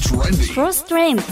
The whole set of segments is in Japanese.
Cross Trend。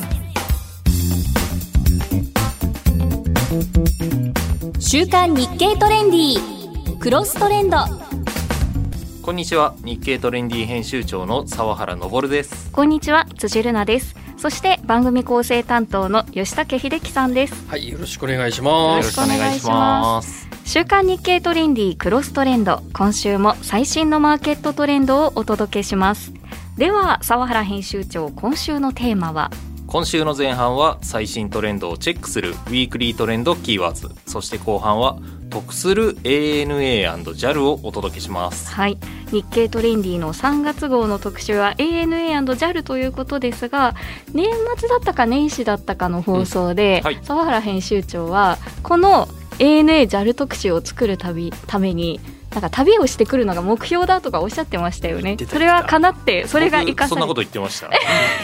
週刊日経トレンディクロストレンド。 こんにちは、日経トレンディ編集長の澤原昇です。 こんにちは、辻るなです。そして番組構成担当の吉武秀樹さんです。 はい、よろしくお願いします。 よろしくお願いします。 週刊日経トレンディクロストレンド、今週も最新のマーケットトレンドをお届けします。では澤原編集長、今週のテーマは？ 今週の前半は最新トレンドをチェックするウィークリートレンドキーワーズ、そして後半は得する ANA&JAL をお届けします。 はい、日経トレンディの3月号の特集は ANA&JAL ということですが、年末だったか年始だったかの放送で、はい、澤原編集長はこの ANA/JAL 特集を作るためになんか旅をしてくるのが目標だとかおっしゃってましたよね。それは叶って、それが生かされそんなこと言ってました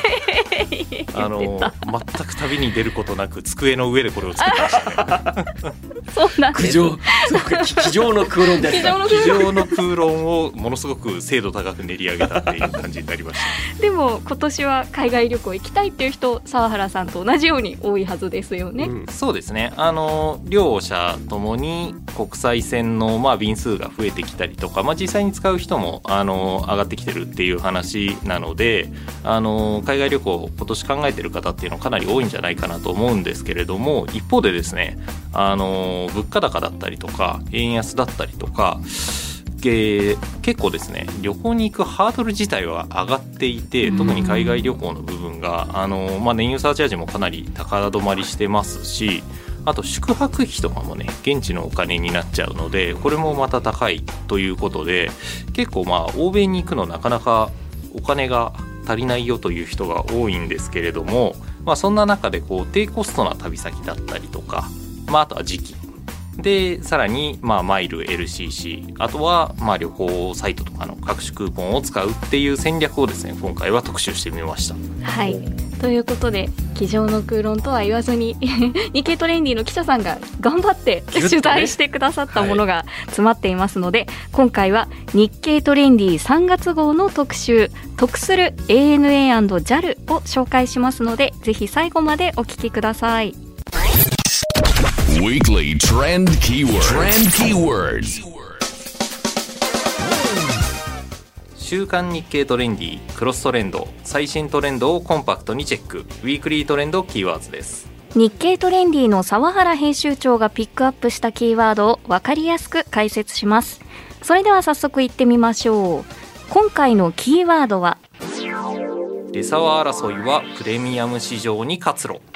全く旅に出ることなく机の上でこれを作ってましたねそうなんです。 机上の空論ですか。 机上の空論をものすごく精度高く練り上げたっていう感じになりましたでも今年は海外旅行行きたいっていう人、澤原さんと同じように多いはずですよね。 そうですね。両者ともに国際線の便数が増えてきたりとか、実際に使う人も上がってきてるっていう話なので、海外旅行今年考えてる方っていうのはかなり多いんじゃないかなと思うんですけれども、一方でですね、物価高だったりとか円安だったりとか、結構ですね、旅行に行くハードル自体は上がっていて、特に海外旅行の部分が燃油サーチャージもかなり高止まりしてますし、あと宿泊費とかもね、現地のお金になっちゃうので、これもまた高いということで、結構欧米に行くのなかなかお金が足りないよという人が多いんですけれども、そんな中で低コストな旅先だったりとか、あとは時期で、さらにマイル LCC、 あとは旅行サイトとかの各種クーポンを使うっていう戦略をですね、今回は特集してみました。 はい、ということで、机上の空論とは言わずに日経トレンディの記者さんが頑張って取材してくださったものが詰まっていますので、今回は日経トレンディ3月号の特集、得する ANA&JAL を紹介しますので、ぜひ最後までお聞きください。 Weekly Trend Keywords。 週刊日経トレンディクロストレンド、最新トレンドをコンパクトにチェック、ウィークリートレンドキーワーズです。 日経トレンディの澤原編集長がピックアップしたキーワードを分かりやすく解説します。それでは早速いってみましょう。今回のキーワードは、 レサワー争いはプレミアム市場に活路。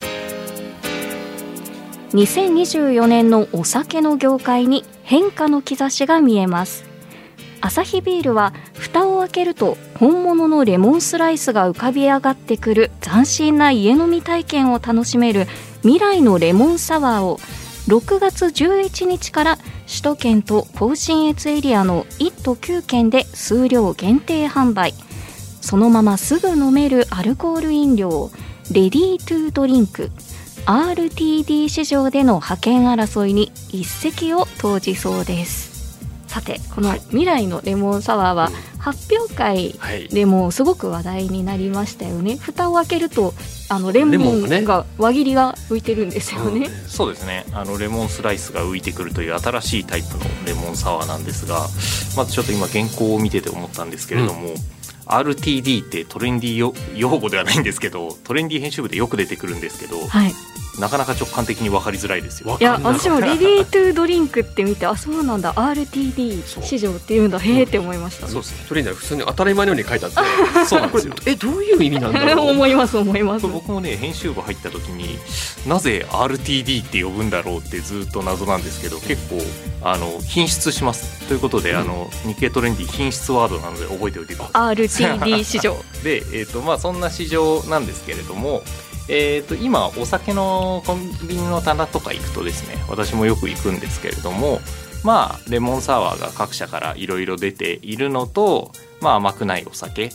2024年のお酒の業界に変化の兆しが見えます。アサヒビールは蓋を開けると本物のレモンスライスが浮かび上がってくる斬新な家飲み体験を楽しめる未来のレモンサワーを6月11日から首都圏と甲信越エリアの1都9県で数量限定販売。そのまますぐ飲めるアルコール飲料、レディートゥードリンク、RTD 市場での覇権争いに一石を投じそうです。さて、この未来のレモンサワーは発表会でもすごく話題になりましたよね。蓋を開けるとレモンが輪切りが浮いてるんですよね。 そうですね。レモンスライスが浮いてくるという新しいタイプのレモンサワーなんですが、まずちょっと今原稿を見てて思ったんですけれども、RTD ってトレンディ用語ではないんですけど、トレンディ編集部でよく出てくるんですけど、なかなか直感的に分かりづらいですよ。 いや、私もレディートゥードリンクって見て、あ、そうなんだ、 RTD 市場っていうんだ、へーって思いましたね。 そうですね。トレンディは普通に当たり前のように書いてあってそうなんですよ。 どういう意味なんだろう思います。 僕もね、編集部入った時になぜ RTD って呼ぶんだろうってずっと謎なんですけど、結構品質しますということで、日経トレンディ品質ワードなので覚えておいてください。 RTD 市場で、そんな市場なんですけれども、今お酒のコンビニの棚とか行くとですね、私もよく行くんですけれども、レモンサワーが各社からいろいろ出ているのと、甘くないお酒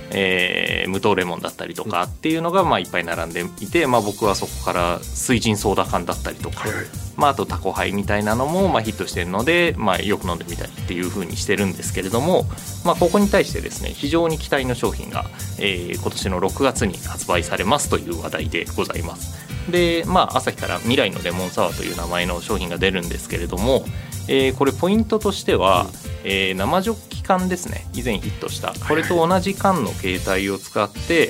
無糖レモンだったりとかっていうのがいっぱい並んでいて、僕はそこから水人ソーダ缶だったりとか、あとタコハイみたいなのもヒットしてるので、よく飲んでみたいっていう風にしてるんですけれども、ここに対してですね非常に期待の商品が、今年の6月に発売されますという話題でございます。で、アサヒから未来のレモンサワーという名前の商品が出るんですけれども、これポイントとしては、生ジョッキ缶ですね。以前ヒットしたこれと同じ缶の形態を使って、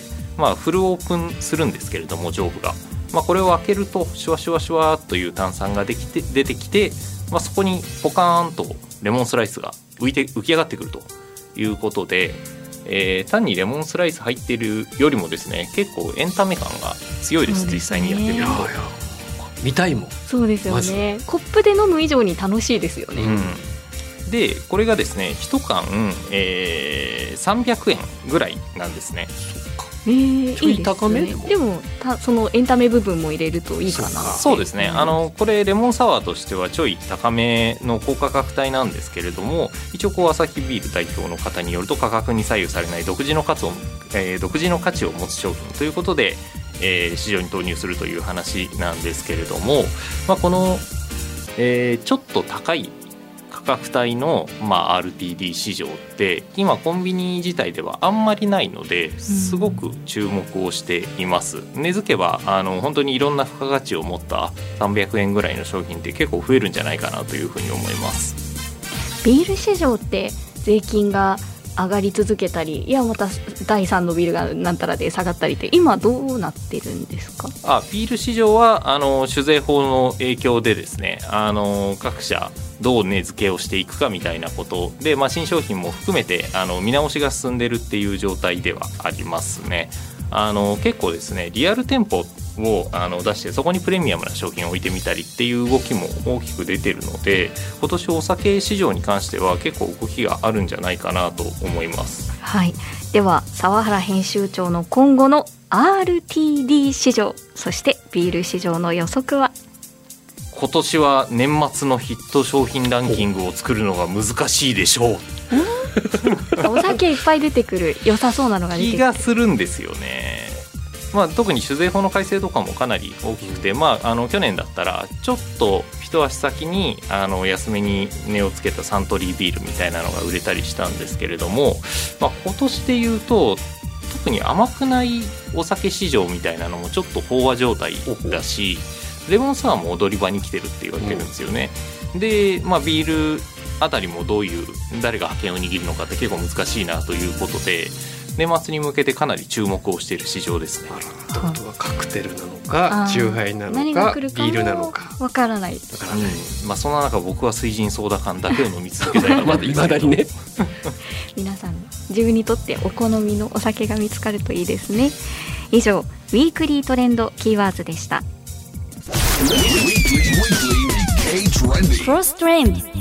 フルオープンするんですけれども、上部が、これを開けるとシュワシュワシュワという炭酸が出てきて、そこにポカーンとレモンスライスが浮き上がってくるということで、単にレモンスライス入っているよりもですね、結構エンタメ感が強いです。実際にやってみると見たいもん。 そうですよね、コップで飲む以上に楽しいですよね。 でこれがですね1缶、300円ぐらいなんですね。 いいですね。 高めでもそのエンタメ部分も入れるといいかな。 そうですね、これレモンサワーとしてはちょい高めの高価格帯なんですけれども、一応アサヒビール代表の方によると価格に左右されない独自の価値を持つ商品ということで、市場に投入するという話なんですけれども、この、ちょっと高い価格帯の、RTD 市場って今コンビニ自体ではあんまりないのですごく注目をしています。根付けば本当にいろんな付加価値を持った300円ぐらいの商品って結構増えるんじゃないかなというふうに思います。 ビール市場って税金が上がり続けたり、いやまた第3のビールがなんたらで下がったりって今どうなってるんですか？ ビール市場は酒税法の影響でですね、各社どう値付けをしていくかみたいなことで、新商品も含めて見直しが進んでるっていう状態ではありますね。結構ですねリアル店舗を出してそこにプレミアムな商品を置いてみたりっていう動きも大きく出てるので、今年お酒市場に関しては結構動きがあるんじゃないかなと思います。 はい、では澤原編集長の今後の RTD 市場、そしてビール市場の予測は？ 今年は年末のヒット商品ランキングを作るのが難しいでしょう。 お酒いっぱい出てくる良さそうなのが出てくる気がするんですよね。特に酒税法の改正とかもかなり大きくて、去年だったらちょっと一足先に安めに値をつけたサントリービールみたいなのが売れたりしたんですけれども、今年でいうと特に甘くないお酒市場みたいなのもちょっと飽和状態だし、レモンサワーも踊り場に来てるって言われてるんですよね。で、ビールあたりも誰が覇権を握るのかって結構難しいなということで、年末に向けてかなり注目をしている市場ですね。 ってことはカクテルなのかチューハイなのかビールなのかわからない。 そんな中僕は水人ソーダ缶だけを飲み続けたいといまだにね皆さん自分にとってお好みのお酒が見つかるといいですね。以上ウィークリートレンドキーワーズでした。 クロストレンド、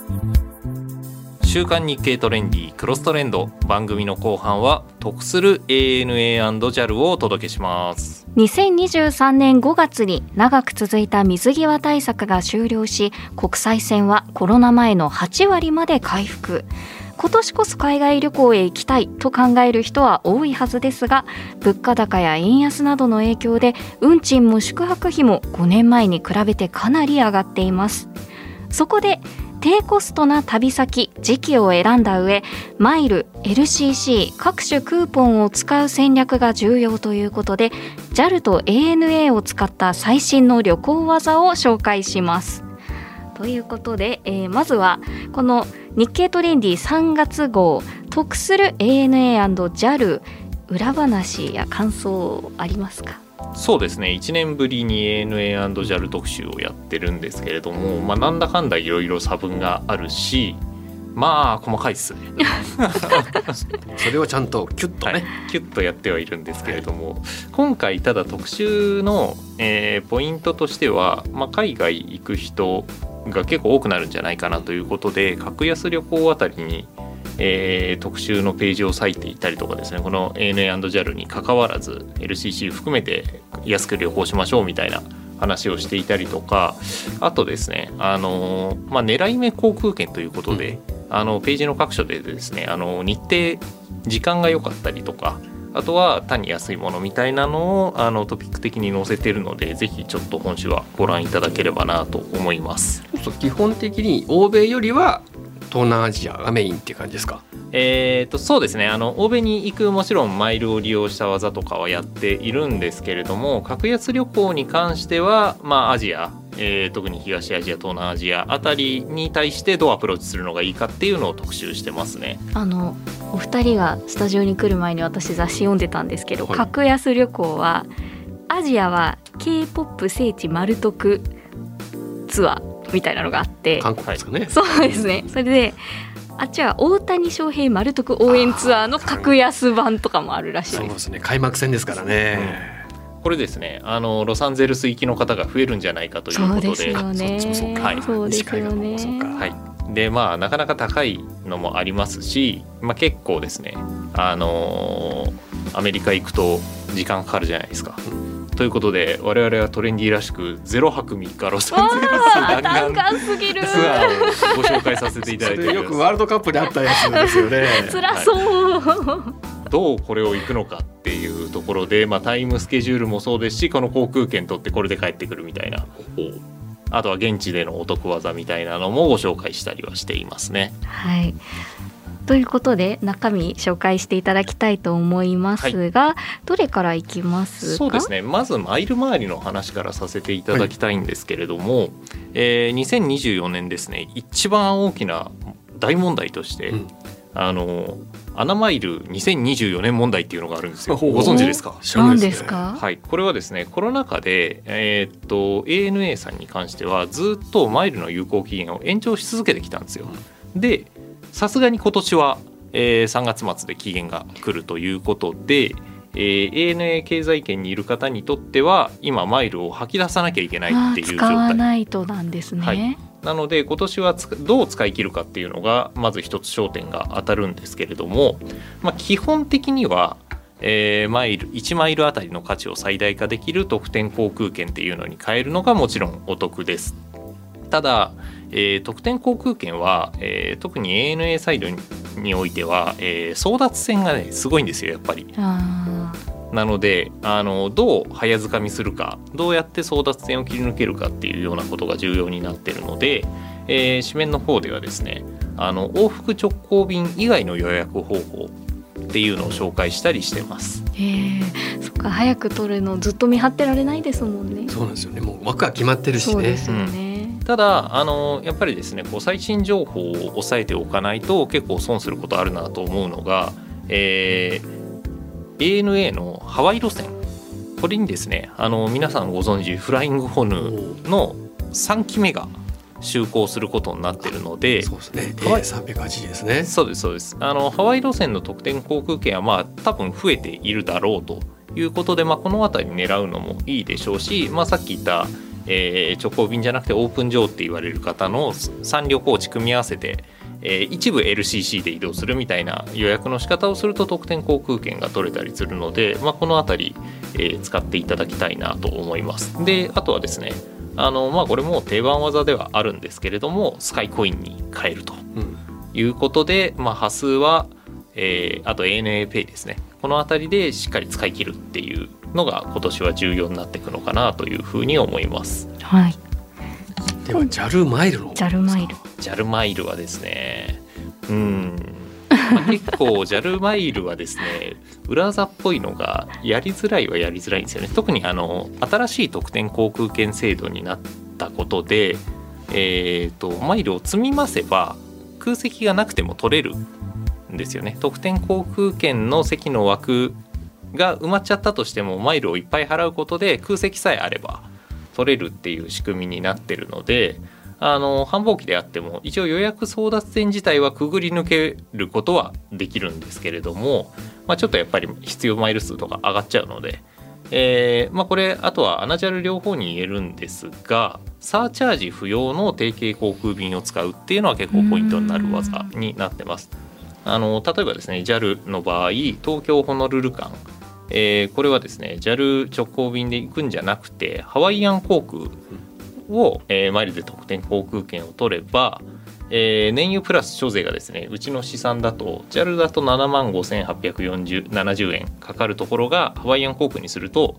週刊日経トレンディクロストレンド、番組の後半は得する ANA&JAL をお届けします。 2023年5月に長く続いた水際対策が終了し、国際線はコロナ前の8割まで回復。今年こそ海外旅行へ行きたいと考える人は多いはずですが、物価高や円安などの影響で運賃も宿泊費も5年前に比べてかなり上がっています。そこで低コストな旅先時期を選んだ上、マイル LCC 各種クーポンを使う戦略が重要ということで JAL と ANA を使った最新の旅行技を紹介します。ということで、まずはこの日経トレンディ3月号得する ANA&JAL 裏話や感想ありますか？ そうですね、1年ぶりに ANA&JAL 特集をやってるんですけれども、なんだかんだいろいろ差分があるし、細かいですねそれをちゃんとキュッとね、 キュッとやってはいるんですけれども、今回ただ特集の、ポイントとしては、海外行く人が結構多くなるんじゃないかなということで、格安旅行あたりに、特集のページを割いていたりとかですね、この ANA&JAL に関わらず LCC 含めて安く旅行しましょうみたいな話をしていたりとか、あとですね、狙い目航空券ということで、ページの各所でですね、日程時間が良かったりとか、あとは単に安いものみたいなのをトピック的に載せてるので、ぜひちょっと今週はご覧いただければなと思います。 基本的に欧米よりは東南アジアがメインっていう感じですか？ そうですね、欧米に行くもちろんマイルを利用した技とかはやっているんですけれども、格安旅行に関しては、アジア、特に東アジア東南アジアあたりに対してどうアプローチするのがいいかっていうのを特集してますね。 お二人がスタジオに来る前に私雑誌読んでたんですけど、格安旅行はアジアは K-POP 聖地マル得ツアーみたいなのがあって、 韓国ですかね。 そうですね。それであっちは大谷翔平マル得応援ツアーの格安版とかもあるらしいです。 そうですね、開幕戦ですからね、 これですね、ロサンゼルス行きの方が増えるんじゃないかということで。 そうですよね。そうですよね。 はい。でなかなか高いのもありますし、結構ですね、アメリカ行くと時間かかるじゃないですか。ということで我々はトレンディーらしく0泊3日ロサンゼルス弾丸すぎるツアーをご紹介させていただいております。 よくワールドカップであったやつですよね。 辛そう、 どうこれを行くのかっていうところで、タイムスケジュールもそうですし、この航空券取ってこれで帰ってくるみたいな、あとは現地でのお得技みたいなのもご紹介したりはしていますね。 はい。ということで中身紹介していただきたいと思いますが、どれからいきますか？ そうですね、まずマイル周りの話からさせていただきたいんですけれども、2024年ですね、一番大きな大問題として、アナマイル2024年問題っていうのがあるんですよ。ご存知ですか？ 何ですか？ はい、これはですね、コロナ禍で、ANA さんに関してはずっとマイルの有効期限を延長し続けてきたんですよ。でさすがに今年は、3月末で期限が来るということで、ANA 経済圏にいる方にとっては今マイルを吐き出さなきゃいけないっていう状態。 使わないとなんですね。 はい、なので今年はどう使い切るかっていうのがまず一つ焦点が当たるんですけれども、基本的には、1マイルあたりの価値を最大化できる特典航空券っていうのに変えるのがもちろんお得です。ただ、特典航空券は、特に ANA サイドにおいては、争奪戦がねすごいんですよやっぱり。なのでどう早掴みするか、どうやって争奪戦を切り抜けるかっていうようなことが重要になっているので、紙面の方ではですね、往復直行便以外の予約方法っていうのを紹介したりしてます。 そっか、早く取るのずっと見張ってられないですもんね。 そうなんですよね、もう枠は決まってるしね。 そうですよね。 ただやっぱりですね、最新情報を押さえておかないと結構損することあるなと思うのが、ANA のハワイ路線、これにですね、皆さんご存知フライングホヌの3機目が就航することになっているので、 そうですね、380ですね。 そうですそうです。ハワイ路線の特典航空券は多分増えているだろうということで、この辺り狙うのもいいでしょうし、さっき言った直行便じゃなくてオープン上って言われる方の3旅行地組み合わせて、一部 LCC で移動するみたいな予約の仕方をすると特典航空券が取れたりするので、このあたり、使っていただきたいなと思います。であとはですね、これも定番技ではあるんですけれども、スカイコインに変えるということで、端数は、あと ANA Pay ですね、このあたりでしっかり使い切るっていうのが今年は重要になっていくのかなというふうに思います。 はい。 では JAL マイルの JAL マイルはですね、結構 JAL マイルはですね、裏技っぽいのがやりづらいはやりづらいんですよね。特に新しい特典航空券制度になったことで、マイルを積み増せば空席がなくても取れるんですよね。特典航空券の席の枠が埋まっちゃったとしてもマイルをいっぱい払うことで空席さえあれば取れるっていう仕組みになってるので、繁忙期であっても一応予約争奪戦自体はくぐり抜けることはできるんですけれども、ちょっとやっぱり必要マイル数とか上がっちゃうので、これあとはアナジャル両方に言えるんですが、サーチャージ不要の提携航空便を使うっていうのは結構ポイントになる技になってます。例えばですね、 JAL の場合東京ホノルル間これはですね JAL 直行便で行くんじゃなくてハワイアン航空を、マイルで特典航空券を取れば、燃油プラス諸税がですねうちの試算だと JAL だと75,870円かかるところがハワイアン航空にすると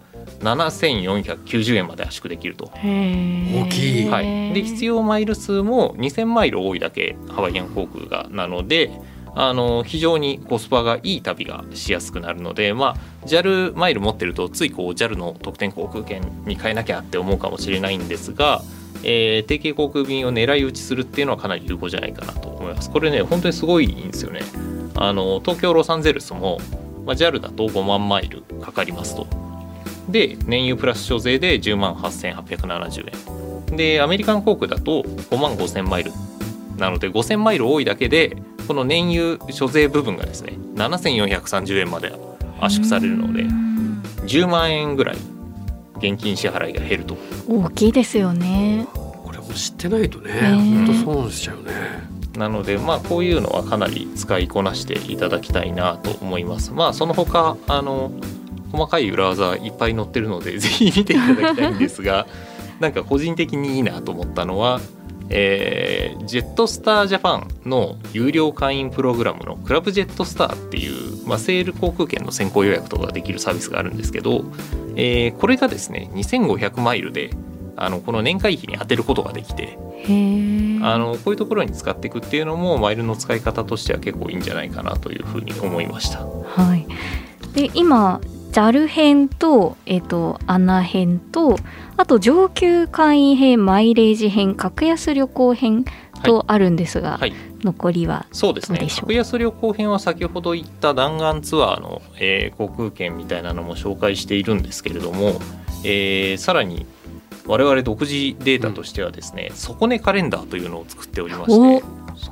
7,490円まで圧縮できると。 大きい、 はい、で必要マイル数も2000マイル多いだけハワイアン航空がなので非常にコスパがいい旅がしやすくなるので、JAL マイル持ってるとついJAL の特典航空券に変えなきゃって思うかもしれないんですが、提携航空便を狙い撃ちするっていうのはかなり有効じゃないかなと思います。これね本当にすごいいいんですよね。東京ロサンゼルスも、JAL だと5万マイルかかりますと。で燃油プラス諸税で108,870円でアメリカン航空だと55,000マイルなので5000マイル多いだけでこの燃油諸税部分がですね7,430円まで圧縮されるので10万円ぐらい現金支払いが減ると。 大きいですよね。 これも知ってないとね本当損しちゃうね。 なのでこういうのはかなり使いこなしていただきたいなと思います。その他細かい裏技いっぱい載ってるのでぜひ見ていただきたいんですがなんか個人的にいいなと思ったのは、ジェットスタージャパンの有料会員プログラムのクラブジェットスターっていう、セール航空券の先行予約とかができるサービスがあるんですけど、これがですね2500マイルでこの年会費に当てることができて、こういうところに使っていくっていうのもマイルの使い方としては結構いいんじゃないかなというふうに思いました。 はい、で今JAL 編と、ANA 編とあと上級会員編マイレージ編格安旅行編とあるんですが、残りはそうですね格安旅行編は先ほど言った弾丸ツアーの、航空券みたいなのも紹介しているんですけれども、さらに我々独自データとしてはですね底値カレンダーというのを作っておりまして、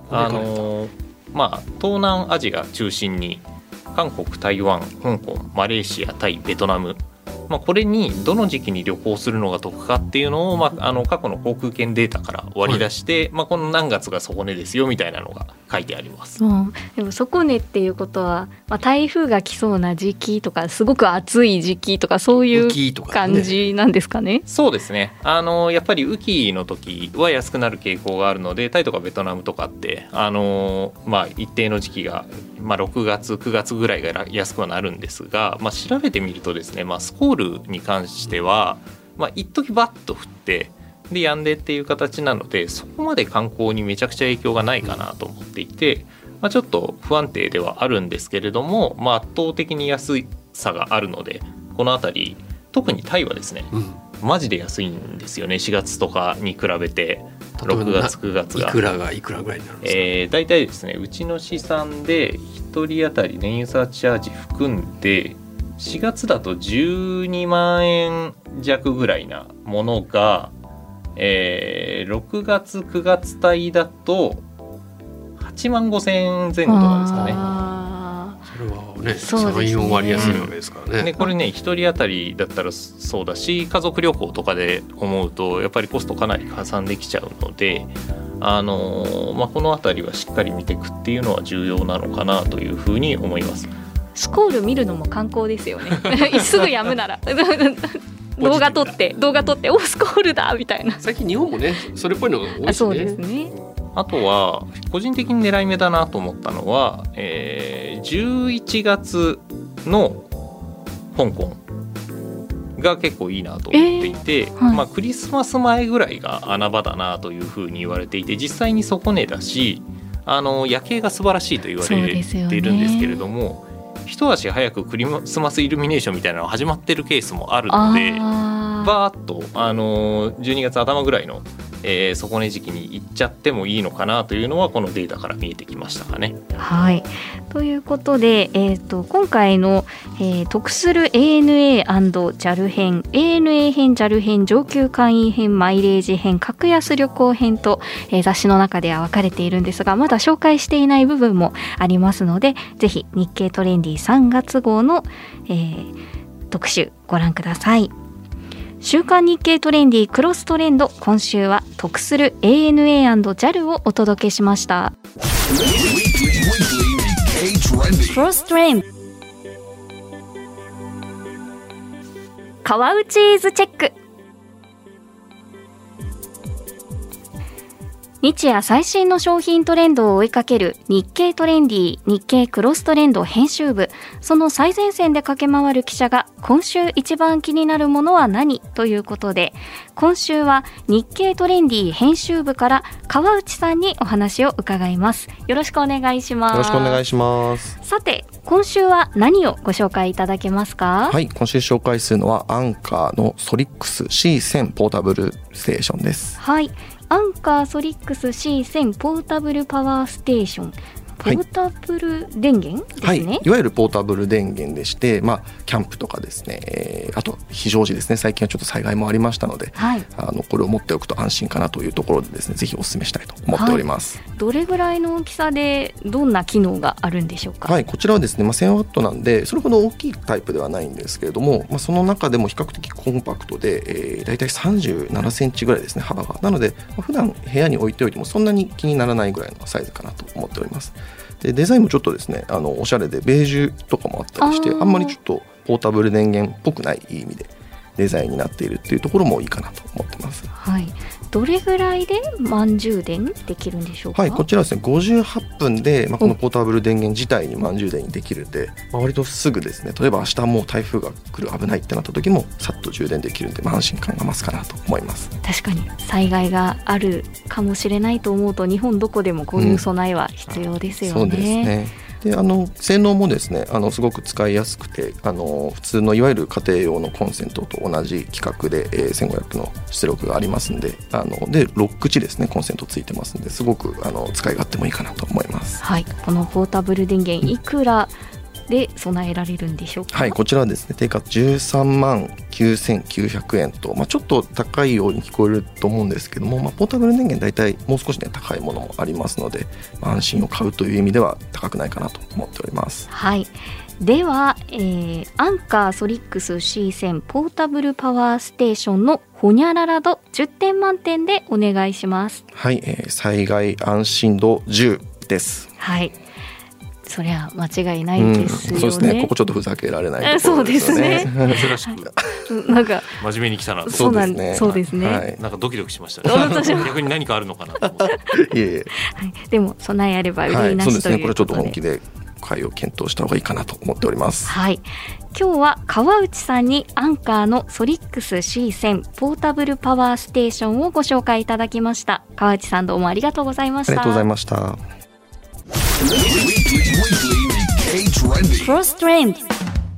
東南アジア中心に韓国、台湾、香港、マレーシア、タイ、ベトナム、これにどの時期に旅行するのが得かっていうのを、過去の航空券データから割り出して、この何月が底値ですよみたいなのが書いてあります。 でも底値っていうことは、台風が来そうな時期とかすごく暑い時期とかそういう感じなんですかね。 そうですね。やっぱり雨季の時は安くなる傾向があるので、タイとかベトナムとかって一定の時期が6月9月ぐらいが安くはなるんですが、調べてみるとですね、スコールに関しては一時バッと降ってで止んでっていう形なので、そこまで観光にめちゃくちゃ影響がないかなと思っていて、ちょっと不安定ではあるんですけれども、圧倒的に安さがあるので、このあたり特にタイはですね、マジで安いんですよね。4月とかに比べて6月9月がいくらぐらいになるんですか。 だいたいですねうちの試算で1人当たり燃油サーチャージ含んで4月だと12万円弱ぐらいなものが、6月9月帯だと8万5千円前後とかですかね。 それはね、3、4割安いわけですからね。 でこれね1人当たりだったらそうだし、家族旅行とかで思うとやっぱりコストかなり加算できちゃうので、このあたりはしっかり見ていくっていうのは重要なのかなというふうに思います。 スコール見るのも観光ですよねすぐやむなら動画撮っておスコールだみたいな。 最近日本もねそれっぽいのが多いですね。 そうですね。 あとは個人的に狙い目だなと思ったのは、11月の香港が結構いいなと思っていて、クリスマス前ぐらいが穴場だなというふうに言われていて、実際に底値だし夜景が素晴らしいと言われているんですけれども、一足早くクリスマスイルミネーションみたいなのが始まってるケースもあるので、バーッと12月頭ぐらいの底値時期に行っちゃってもいいのかなというのはこのデータから見えてきましたかね。 はい、ということで、今回の、得する ANA&JAL 編 ANA 編 JAL 編上級会員編マイレージ編格安旅行編と、雑誌の中では分かれているんですが、まだ紹介していない部分もありますので、ぜひ日経トレンディ3月号の、特集ご覧ください。週刊日経トレンディクロストレンド、今週は得する ANA&JAL をお届けしました。クロストレンド川内イズチェック。日夜最新の商品トレンドを追いかける日経トレンディ、日経クロストレンド編集部。その最前線で駆け回る記者が今週一番気になるものは何ということで、今週は日経トレンディ編集部から川内さんにお話を伺います。よろしくお願いします。 よろしくお願いします。 さて、今週は何をご紹介いただけますか？ はい、今週紹介するのはアンカーのソリックス C1000 ポータブルステーションです。 はい、アンカーソリックス C1000 ポータブルパワーステーション。ポータブル電源ですね。 はい、いわゆるポータブル電源でして、キャンプとかですね、あと非常時ですね、最近はちょっと災害もありましたので、はい、これを持っておくと安心かなというところでですね、ぜひお勧めしたいと思っております。 はい、どれぐらいの大きさでどんな機能があるんでしょうか？ はい、こちらはですね、1000ワットなんでそれほど大きいタイプではないんですけれども、その中でも比較的コンパクトで、だいたい37センチぐらいですね、幅が。なので、普段部屋に置いておいてもそんなに気にならないぐらいのサイズかなと思っております。でデザインもちょっとですね、おしゃれでベージュとかもあったりして、あんまりちょっとポータブル電源っぽくない意味でデザインになっているっていうところもいいかなと思ってます。 はい、どれぐらいで満充電できるんでしょうか？ はい、こちらですね、58分で、このポータブル電源自体に満充電にできるんで、割とすぐですね、例えば明日もう台風が来る危ないってなった時もさっと充電できるんで、安心感が増すかなと思います。 確かに災害があるかもしれないと思うと、日本どこでもこういう備えは必要ですよね。 そうですね。で性能もですね、すごく使いやすくて、普通のいわゆる家庭用のコンセントと同じ規格で、1500の出力がありますんで、で6口ですね、コンセントついてますんで、すごく使い勝手もいいかなと思います。 はい、このポータブル電源いくらで備えられるんでしょうか？ はい、こちらはですね、定価13万9900円と、ちょっと高いように聞こえると思うんですけども、ポータブル電源だいたいもう少しね高いものもありますので、安心を買うという意味では高くないかなと思っております。 はい、では、アンカーソリックス C1000 ポータブルパワーステーションのホニャララ度10点満点でお願いします。 はい、災害安心度10です。 はい、そりゃ間違いないですよね。 そうですね、ここちょっとふざけられないところですよね。 そうですね。 珍しくなんか真面目に来たなと。 そうですね。 はい、 なんかドキドキしましたね。逆に何かあるのかなと思って。 いえいえ、 はい、でも備えあれば憂いなしということで、 そうですね、これちょっと本気で買いを検討した方がいいかなと思っております。 はい、今日は川内さんにアンカーのソリックス C1000 ポータブルパワーステーションをご紹介いただきました。川内さん、どうもありがとうございました。 ありがとうございました。 クロストレンド。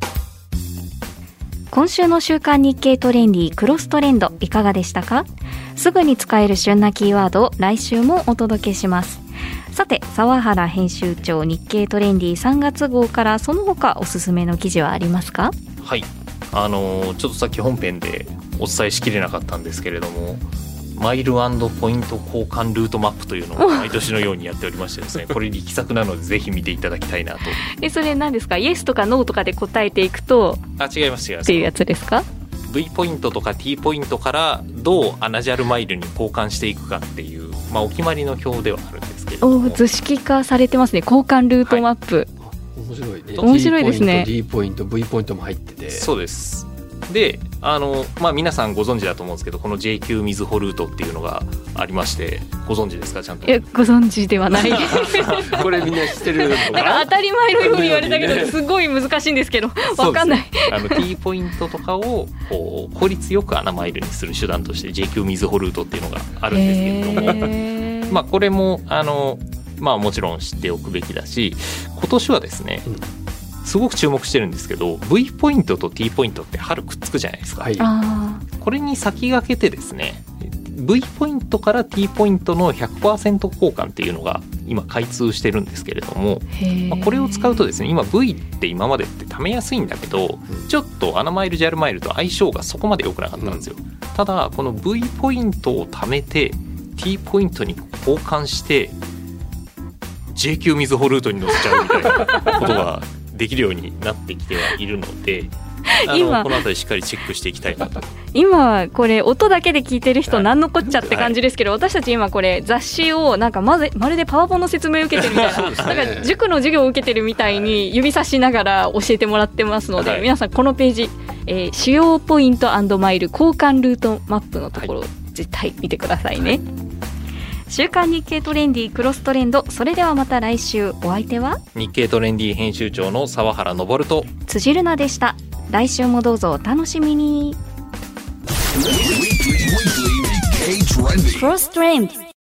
今週の週刊日経トレンディクロストレンドいかがでしたか？すぐに使える旬なキーワードを来週もお届けします。さて、沢原編集長、日経トレンディ3月号からその他おすすめの記事はありますか？ はい、ちょっとさっき本編でお伝えしきれなかったんですけれども、マイル&ポイント交換ルートマップというのを毎年のようにやっておりましてですね、これ力作なのでぜひ見ていただきたいなと。 それ何ですか？イエスとかノーとかで答えていくと、 違いますっていうやつですか？ V ポイントとか T ポイントからどうアナジャルマイルに交換していくかっていう、お決まりの表ではあるんですけれども、 図式化されてますね。交換ルートマップ、 面白いね。 面白いですね。 T ポイント V ポイントも入ってて、 そうです。で皆さんご存知だと思うんですけど、この JQ みずほルートっていうのがありまして、ご存知ですか？ちゃんと。 いや、ご存知ではないこれみんな知ってるのかな。 当たり前のように言われたけど、すごい難しいんですけど分かんない。 T ポイントとかをこう効率よくアナマイルにする手段として JQ みずほルートっていうのがあるんですけれども、これももちろん知っておくべきだし、今年はですね、すごく注目してるんですけど、 V ポイントと T ポイントって春くっつくじゃないですか。はい、これに先駆けてですね、 V ポイントから T ポイントの 100% 交換っていうのが今開通してるんですけれども、これを使うとですね、今 V って今までって貯めやすいんだけど、ちょっとアナマイル JAL マイルと相性がそこまで良くなかったんですよ。ただこの V ポイントを貯めて T ポイントに交換して JQ みずほルートに乗せちゃうみたいなことができるようになってきてはいるので、 このあたりしっかりチェックしていきたいなと。 今これ音だけで聞いてる人何のこっちゃって感じですけど、私たち今これ雑誌をなんかまるでパワポの説明を受けてるみたいな、なんか塾の授業を受けてるみたいに指差しながら教えてもらってますので、皆さんこのページ、主要ポイント&マイル交換ルートマップのところ、絶対見てくださいね。週刊日経トレンディクロストレンド、それではまた来週。お相手は日経トレンディ編集長の澤原昇と辻るなでした。来週もどうぞお楽しみに。クロストレンド